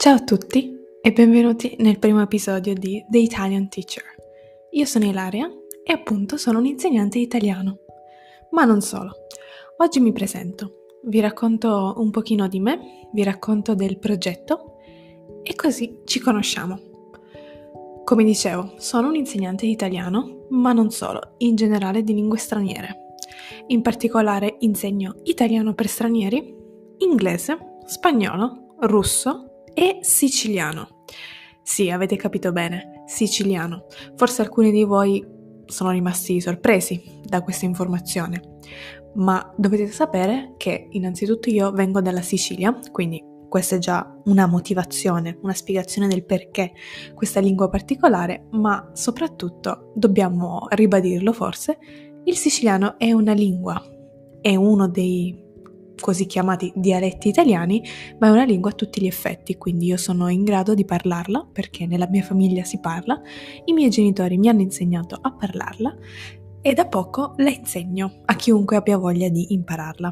Ciao a tutti e benvenuti nel primo episodio di The Italian Teacher. Io sono Ilaria e appunto sono un'insegnante di italiano. Ma non solo. Oggi mi presento, vi racconto un pochino di me, vi racconto del progetto e così ci conosciamo. Come dicevo, sono un'insegnante di italiano, ma non solo, in generale di lingue straniere. In particolare insegno italiano per stranieri, inglese, spagnolo, russo e siciliano. Sì, avete capito bene, siciliano. Forse alcuni di voi sono rimasti sorpresi da questa informazione, ma dovete sapere che innanzitutto io vengo dalla Sicilia, quindi questa è già una motivazione, una spiegazione del perché questa lingua particolare, ma soprattutto, dobbiamo ribadirlo forse, il siciliano è una lingua, è uno dei così chiamati dialetti italiani, ma è una lingua a tutti gli effetti, quindi io sono in grado di parlarla perché nella mia famiglia si parla, i miei genitori mi hanno insegnato a parlarla e da poco la insegno a chiunque abbia voglia di impararla.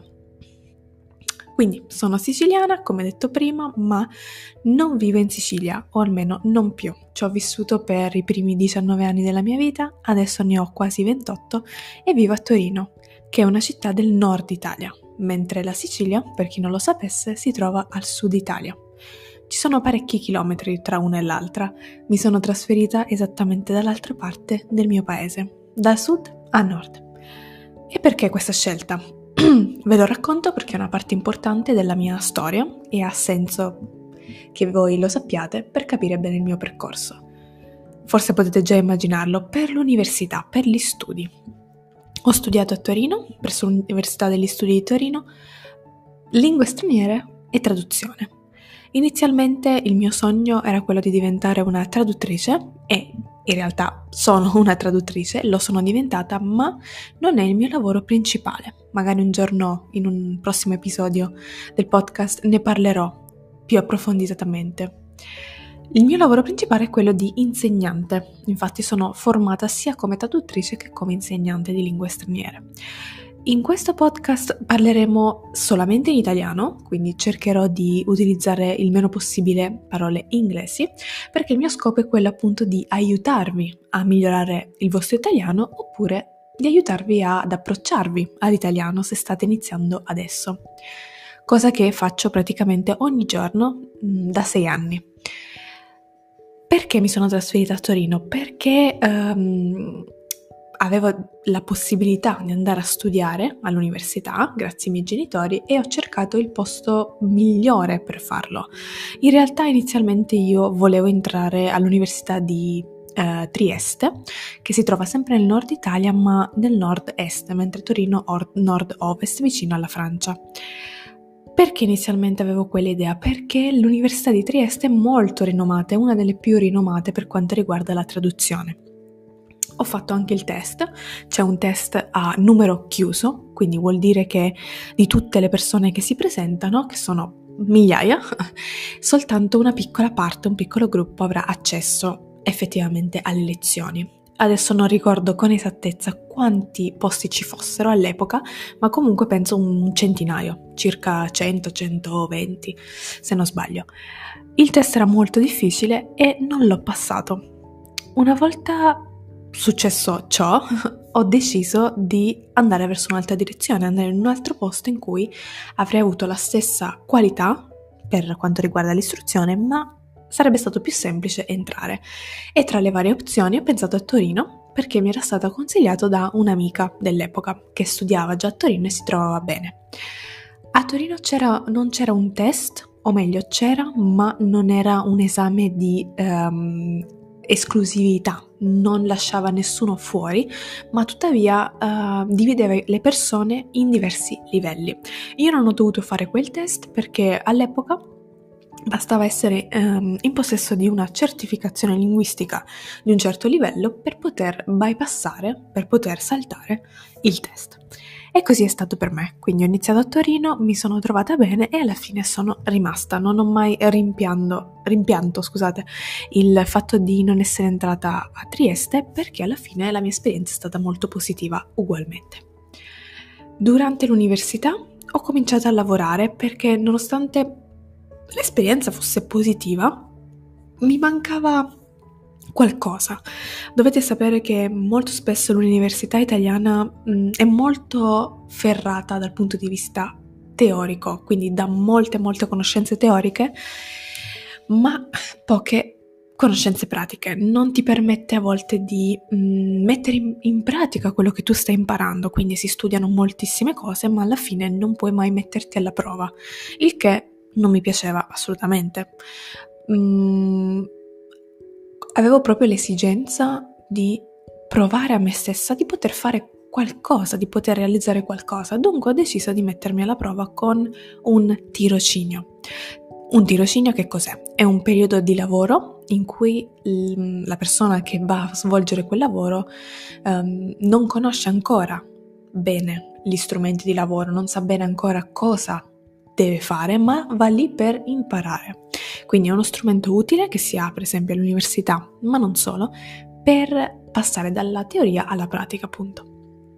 Quindi sono siciliana, come detto prima, ma non vivo in Sicilia, o almeno non più. Ci ho vissuto per i primi 19 anni della mia vita, adesso ne ho quasi 28 e vivo a Torino, che è una città del nord Italia, mentre la Sicilia, per chi non lo sapesse, si trova al sud Italia. Ci sono parecchi chilometri tra una e l'altra, mi sono trasferita esattamente dall'altra parte del mio paese, dal sud a nord. E perché questa scelta? Ve lo racconto perché è una parte importante della mia storia e ha senso che voi lo sappiate per capire bene il mio percorso. Forse potete già immaginarlo, per l'università, per gli studi. Ho studiato a Torino, presso l'Università degli Studi di Torino, lingue straniere e traduzione. Inizialmente il mio sogno era quello di diventare una traduttrice e in realtà sono una traduttrice, lo sono diventata, ma non è il mio lavoro principale. Magari un giorno, in un prossimo episodio del podcast, ne parlerò più approfonditamente. Il mio lavoro principale è quello di insegnante, infatti sono formata sia come traduttrice che come insegnante di lingue straniere. In questo podcast parleremo solamente in italiano, quindi cercherò di utilizzare il meno possibile parole inglesi, perché il mio scopo è quello appunto di aiutarvi a migliorare il vostro italiano oppure di aiutarvi ad approcciarvi all'italiano se state iniziando adesso, cosa che faccio praticamente ogni giorno da 6 anni. Perché mi sono trasferita a Torino? Perché avevo la possibilità di andare a studiare all'università, grazie ai miei genitori, e ho cercato il posto migliore per farlo. In realtà inizialmente io volevo entrare all'università di Trieste, che si trova sempre nel nord Italia, ma nel nord-est, mentre Torino nord-ovest, vicino alla Francia. Perché inizialmente avevo quell'idea? Perché l'Università di Trieste è molto rinomata, è una delle più rinomate per quanto riguarda la traduzione. Ho fatto anche il test, c'è un test a numero chiuso, quindi vuol dire che di tutte le persone che si presentano, che sono migliaia, soltanto una piccola parte, un piccolo gruppo avrà accesso effettivamente alle lezioni. Adesso non ricordo con esattezza quanti posti ci fossero all'epoca, ma comunque penso un centinaio, circa 100-120, se non sbaglio. Il test era molto difficile e non l'ho passato. Una volta successo ciò, ho deciso di andare verso un'altra direzione, andare in un altro posto in cui avrei avuto la stessa qualità per quanto riguarda l'istruzione, ma sarebbe stato più semplice entrare. E tra le varie opzioni ho pensato a Torino perché mi era stato consigliato da un'amica dell'epoca che studiava già a Torino e si trovava bene. A Torino non c'era un test, o meglio c'era, ma non era un esame di esclusività, non lasciava nessuno fuori, ma tuttavia divideva le persone in diversi livelli. Io non ho dovuto fare quel test perché all'epoca bastava essere in possesso di una certificazione linguistica di un certo livello per poter bypassare, per poter saltare il test. E così è stato per me, quindi ho iniziato a Torino, mi sono trovata bene e alla fine sono rimasta. Non ho mai rimpianto il fatto di non essere entrata a Trieste perché alla fine la mia esperienza è stata molto positiva ugualmente. Durante l'università ho cominciato a lavorare perché nonostante l'esperienza fosse positiva, mi mancava qualcosa. Dovete sapere che molto spesso l'università italiana è molto ferrata dal punto di vista teorico, quindi dà molte conoscenze teoriche, ma poche conoscenze pratiche. Non ti permette a volte di mettere in pratica quello che tu stai imparando, quindi si studiano moltissime cose, ma alla fine non puoi mai metterti alla prova, il che non mi piaceva assolutamente. Avevo proprio l'esigenza di provare a me stessa di poter fare qualcosa, di poter realizzare qualcosa. Dunque ho deciso di mettermi alla prova con un tirocinio. Un tirocinio che cos'è? È un periodo di lavoro in cui la persona che va a svolgere quel lavoro non conosce ancora bene gli strumenti di lavoro, non sa bene ancora cosa deve fare, ma va lì per imparare. Quindi è uno strumento utile che si ha per esempio all'università, ma non solo, per passare dalla teoria alla pratica, appunto.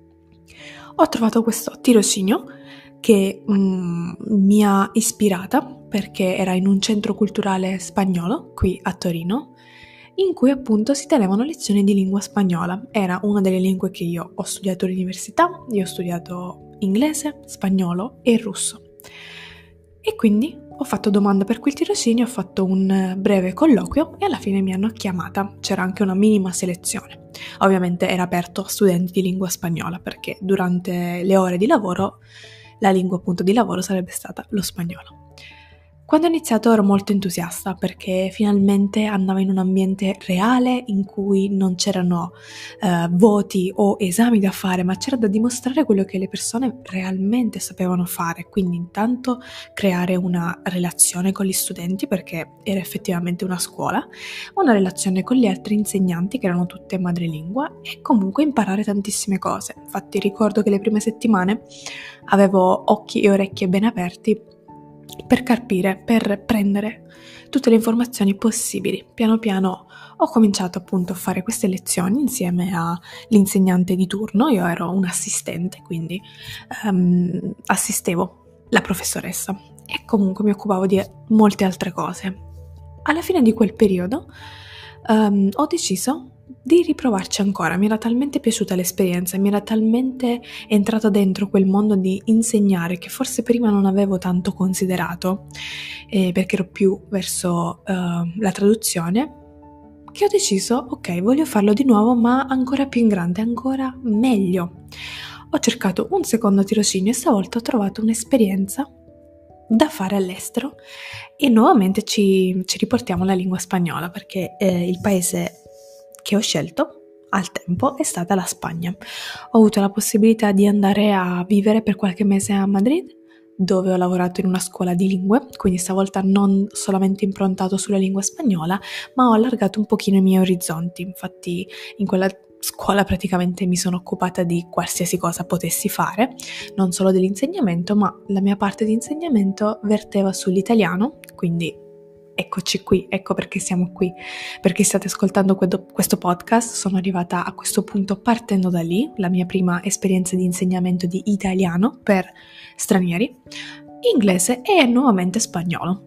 Ho trovato questo tirocinio che mi ha ispirata perché era in un centro culturale spagnolo qui a Torino, in cui appunto si tenevano lezioni di lingua spagnola. Era una delle lingue che io ho studiato all'università. Io ho studiato inglese, spagnolo e russo. E quindi ho fatto domanda per quel tirocinio, ho fatto un breve colloquio e alla fine mi hanno chiamata. C'era anche una minima selezione. Ovviamente era aperto a studenti di lingua spagnola perché durante le ore di lavoro la lingua appunto di lavoro sarebbe stata lo spagnolo. Quando ho iniziato ero molto entusiasta perché finalmente andavo in un ambiente reale in cui non c'erano voti o esami da fare, ma c'era da dimostrare quello che le persone realmente sapevano fare. Quindi intanto creare una relazione con gli studenti perché era effettivamente una scuola, una relazione con gli altri insegnanti che erano tutte madrelingua e comunque imparare tantissime cose. Infatti ricordo che le prime settimane avevo occhi e orecchie ben aperti per carpire, per prendere tutte le informazioni possibili. Piano piano ho cominciato appunto a fare queste lezioni insieme all'insegnante di turno. Io ero un assistente, quindi assistevo la professoressa e comunque mi occupavo di molte altre cose. Alla fine di quel periodo ho deciso di riprovarci ancora. Mi era talmente piaciuta l'esperienza, mi era talmente entrata dentro quel mondo di insegnare che forse prima non avevo tanto considerato perché ero più verso la traduzione, che ho deciso, ok, voglio farlo di nuovo ma ancora più in grande, ancora meglio. Ho cercato un secondo tirocinio e stavolta ho trovato un'esperienza da fare all'estero e nuovamente ci riportiamo alla lingua spagnola perché il paese che ho scelto al tempo è stata la Spagna. Ho avuto la possibilità di andare a vivere per qualche mese a Madrid, dove ho lavorato in una scuola di lingue, quindi stavolta non solamente improntato sulla lingua spagnola, ma ho allargato un pochino i miei orizzonti. Infatti in quella scuola praticamente mi sono occupata di qualsiasi cosa potessi fare, non solo dell'insegnamento, ma la mia parte di insegnamento verteva sull'italiano, quindi eccoci qui, ecco perché siamo qui, perché state ascoltando questo podcast. Sono arrivata a questo punto partendo da lì, la mia prima esperienza di insegnamento di italiano per stranieri, inglese e nuovamente spagnolo.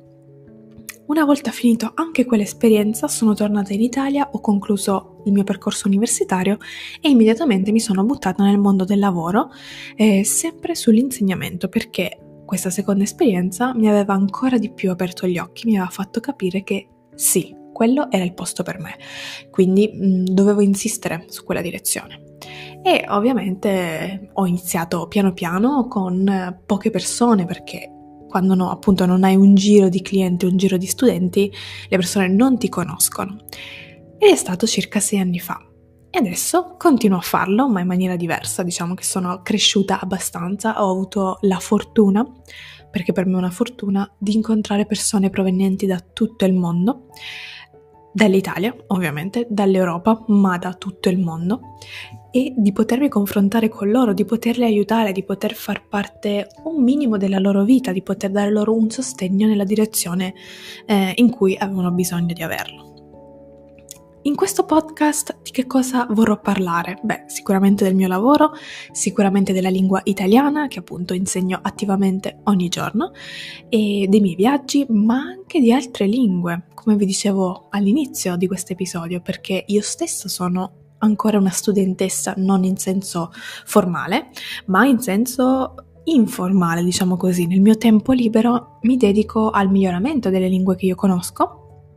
Una volta finito anche quell'esperienza sono tornata in Italia, ho concluso il mio percorso universitario e immediatamente mi sono buttata nel mondo del lavoro, sempre sull'insegnamento, perché questa seconda esperienza mi aveva ancora di più aperto gli occhi, mi aveva fatto capire che sì, quello era il posto per me, quindi dovevo insistere su quella direzione. E ovviamente ho iniziato piano piano con poche persone perché quando appunto non hai un giro di clienti, un giro di studenti, le persone non ti conoscono. Ed è stato circa 6 anni fa. E adesso continuo a farlo, ma in maniera diversa. Diciamo che sono cresciuta abbastanza, ho avuto la fortuna, perché per me è una fortuna, di incontrare persone provenienti da tutto il mondo, dall'Italia ovviamente, dall'Europa, ma da tutto il mondo, e di potermi confrontare con loro, di poterli aiutare, di poter far parte un minimo della loro vita, di poter dare loro un sostegno nella direzione in cui avevano bisogno di averlo. In questo podcast di che cosa vorrò parlare? Beh, sicuramente del mio lavoro, sicuramente della lingua italiana, che appunto insegno attivamente ogni giorno, e dei miei viaggi, ma anche di altre lingue, come vi dicevo all'inizio di questo episodio, perché io stessa sono ancora una studentessa, non in senso formale, ma in senso informale, diciamo così. Nel mio tempo libero mi dedico al miglioramento delle lingue che io conosco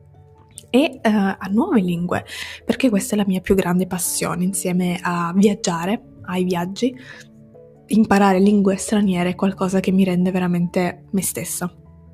e a nuove lingue, perché questa è la mia più grande passione, insieme a viaggiare, ai viaggi. Imparare lingue straniere è qualcosa che mi rende veramente me stessa.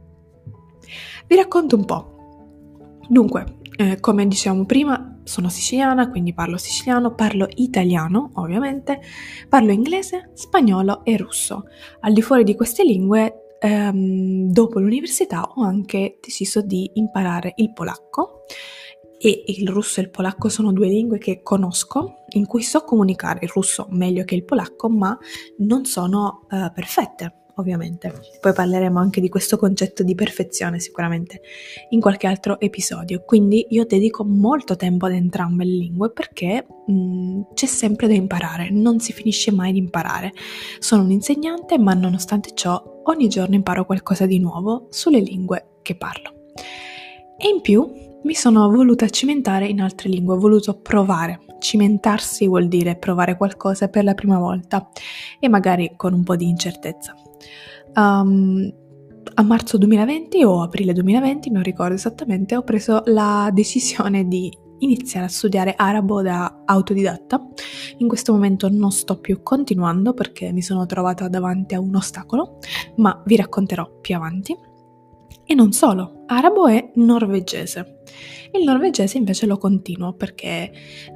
Vi racconto un po'. Dunque, come dicevamo prima, sono siciliana, quindi parlo siciliano, parlo italiano, ovviamente, parlo inglese, spagnolo e russo. Al di fuori di queste lingue, dopo l'università ho anche deciso di imparare il polacco, e il russo e il polacco sono due lingue che conosco, in cui so comunicare il russo meglio che il polacco, ma non sono perfette, ovviamente. Poi parleremo anche di questo concetto di perfezione sicuramente in qualche altro episodio. Quindi io dedico molto tempo ad entrambe le lingue perché c'è sempre da imparare, non si finisce mai di imparare. Sono un insegnante, ma nonostante ciò ogni giorno imparo qualcosa di nuovo sulle lingue che parlo. E in più mi sono voluta cimentare in altre lingue, ho voluto provare. Cimentarsi vuol dire provare qualcosa per la prima volta e magari con un po' di incertezza. A marzo 2020 o aprile 2020, non ricordo esattamente, ho preso la decisione di iniziare a studiare arabo da autodidatta. In questo momento non sto più continuando perché mi sono trovata davanti a un ostacolo, ma vi racconterò più avanti. E non solo, arabo e norvegese. Il norvegese invece lo continuo perché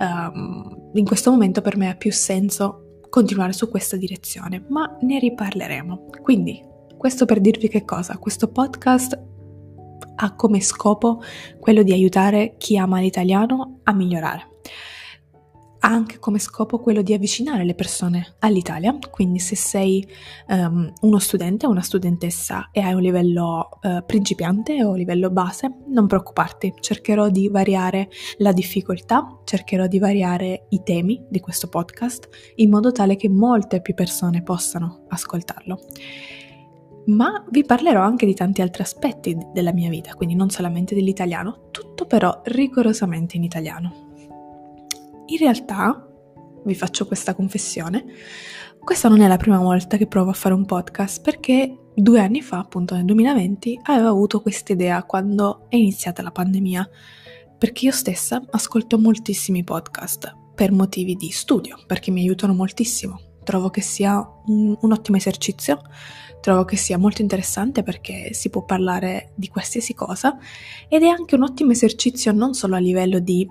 in questo momento per me ha più senso continuare su questa direzione, ma ne riparleremo. Quindi, questo per dirvi che cosa? Questo podcast ha come scopo quello di aiutare chi ama l'italiano a migliorare. Ha anche come scopo quello di avvicinare le persone all'Italia, quindi se sei uno studente o una studentessa e hai un livello principiante o livello base, non preoccuparti, cercherò di variare la difficoltà, cercherò di variare i temi di questo podcast in modo tale che molte più persone possano ascoltarlo. Ma vi parlerò anche di tanti altri aspetti della mia vita, quindi non solamente dell'italiano, tutto però rigorosamente in italiano. In realtà, vi faccio questa confessione, questa non è la prima volta che provo a fare un podcast perché 2 anni fa, appunto nel 2020, avevo avuto questa idea quando è iniziata la pandemia, perché io stessa ascolto moltissimi podcast per motivi di studio, perché mi aiutano moltissimo. Trovo che sia un ottimo esercizio, trovo che sia molto interessante perché si può parlare di qualsiasi cosa ed è anche un ottimo esercizio non solo a livello di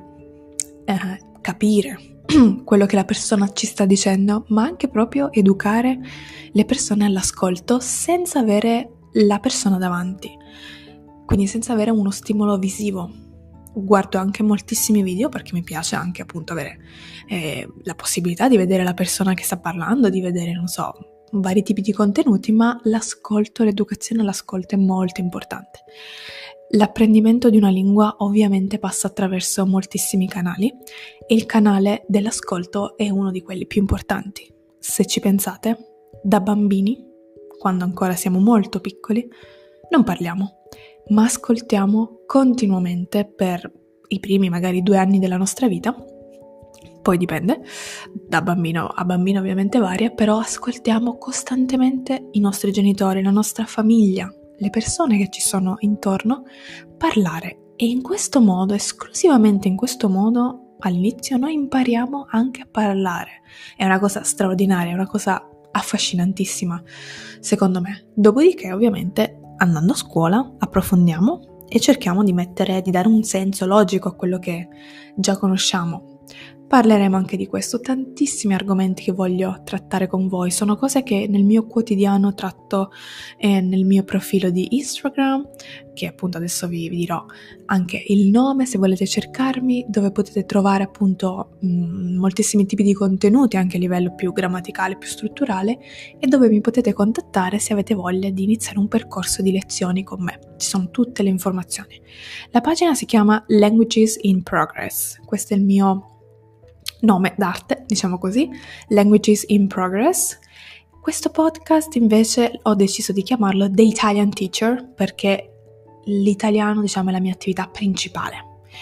capire quello che la persona ci sta dicendo, ma anche proprio educare le persone all'ascolto senza avere la persona davanti, quindi senza avere uno stimolo visivo. Guardo anche moltissimi video perché mi piace anche appunto avere la possibilità di vedere la persona che sta parlando, di vedere, non so, vari tipi di contenuti, ma l'ascolto, l'educazione all'ascolto è molto importante. L'apprendimento di una lingua ovviamente passa attraverso moltissimi canali e il canale dell'ascolto è uno di quelli più importanti. Se ci pensate, da bambini, quando ancora siamo molto piccoli, non parliamo, ma ascoltiamo continuamente per i primi magari 2 anni della nostra vita. Poi dipende, da bambino a bambino ovviamente varia, però ascoltiamo costantemente i nostri genitori, la nostra famiglia, le persone che ci sono intorno parlare e in questo modo, esclusivamente in questo modo, all'inizio noi impariamo anche a parlare. È una cosa straordinaria, è una cosa affascinantissima, secondo me. Dopodiché, ovviamente, andando a scuola, approfondiamo e cerchiamo di dare un senso logico a quello che già conosciamo. Parleremo anche di questo, tantissimi argomenti che voglio trattare con voi, sono cose che nel mio quotidiano tratto nel mio profilo di Instagram, che appunto adesso vi dirò anche il nome se volete cercarmi, dove potete trovare appunto moltissimi tipi di contenuti anche a livello più grammaticale, più strutturale, e dove mi potete contattare se avete voglia di iniziare un percorso di lezioni con me. Ci sono tutte le informazioni. La pagina si chiama Languages in Progress, questo è il mio nome d'arte, diciamo così, Languages in Progress. Questo podcast invece ho deciso di chiamarlo The Italian Teacher perché l'italiano, diciamo, è la mia attività principale.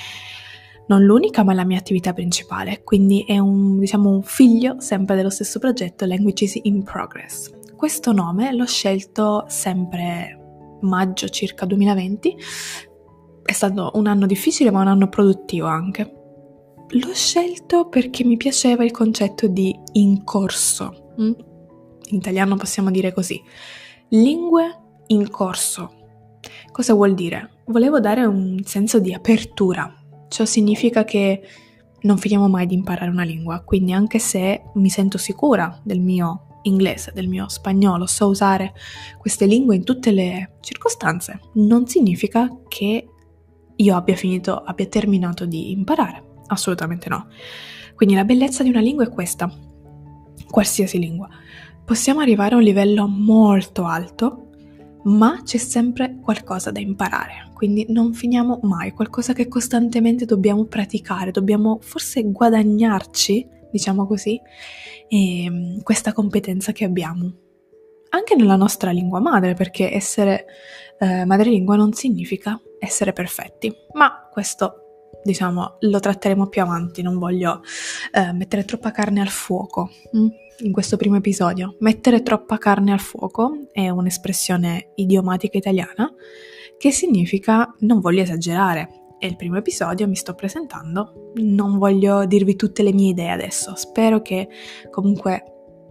Non l'unica, ma è la mia attività principale, quindi è un figlio sempre dello stesso progetto Languages in Progress. Questo nome l'ho scelto sempre maggio circa 2020, è stato un anno difficile ma un anno produttivo anche. L'ho scelto perché mi piaceva il concetto di in corso. In italiano possiamo dire così. Lingue in corso. Cosa vuol dire? Volevo dare un senso di apertura. Ciò significa che non finiamo mai di imparare una lingua, quindi anche se mi sento sicura del mio inglese, del mio spagnolo, so usare queste lingue in tutte le circostanze, non significa che io abbia terminato di imparare. Assolutamente no. Quindi la bellezza di una lingua è questa, qualsiasi lingua. Possiamo arrivare a un livello molto alto, ma c'è sempre qualcosa da imparare, quindi non finiamo mai, qualcosa che costantemente dobbiamo praticare, dobbiamo forse guadagnarci, diciamo così, questa competenza che abbiamo. Anche nella nostra lingua madre, perché essere madrelingua non significa essere perfetti, ma questo lo tratteremo più avanti, non voglio mettere troppa carne al fuoco in questo primo episodio. Mettere troppa carne al fuoco è un'espressione idiomatica italiana che significa non voglio esagerare. È il primo episodio, mi sto presentando, non voglio dirvi tutte le mie idee adesso, spero che comunque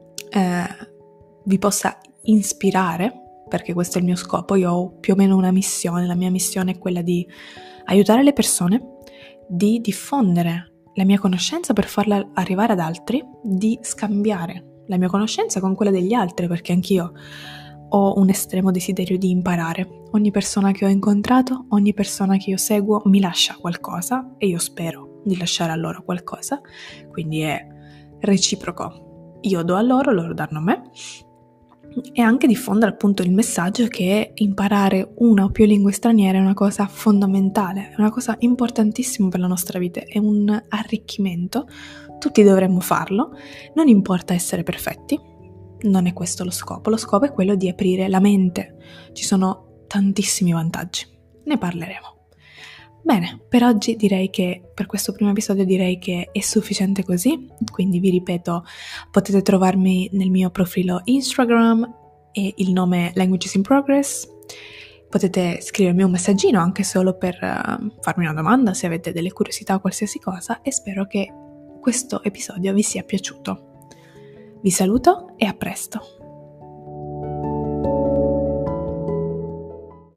vi possa ispirare, perché questo è il mio scopo. Io ho più o meno una missione, la mia missione è quella di aiutare le persone, di diffondere la mia conoscenza per farla arrivare ad altri, di scambiare la mia conoscenza con quella degli altri, perché anch'io ho un estremo desiderio di imparare. Ogni persona che ho incontrato, ogni persona che io seguo mi lascia qualcosa e io spero di lasciare a loro qualcosa, quindi è reciproco. Io do a loro danno a me, e anche diffondere appunto il messaggio che imparare una o più lingue straniere è una cosa fondamentale, è una cosa importantissima per la nostra vita, è un arricchimento, tutti dovremmo farlo, non importa essere perfetti, non è questo lo scopo è quello di aprire la mente, ci sono tantissimi vantaggi, ne parleremo. Bene, per oggi per questo primo episodio direi che è sufficiente così, quindi vi ripeto, potete trovarmi nel mio profilo Instagram e il nome Languages in Progress, potete scrivermi un messaggino anche solo per farmi una domanda se avete delle curiosità o qualsiasi cosa, e spero che questo episodio vi sia piaciuto. Vi saluto e a presto!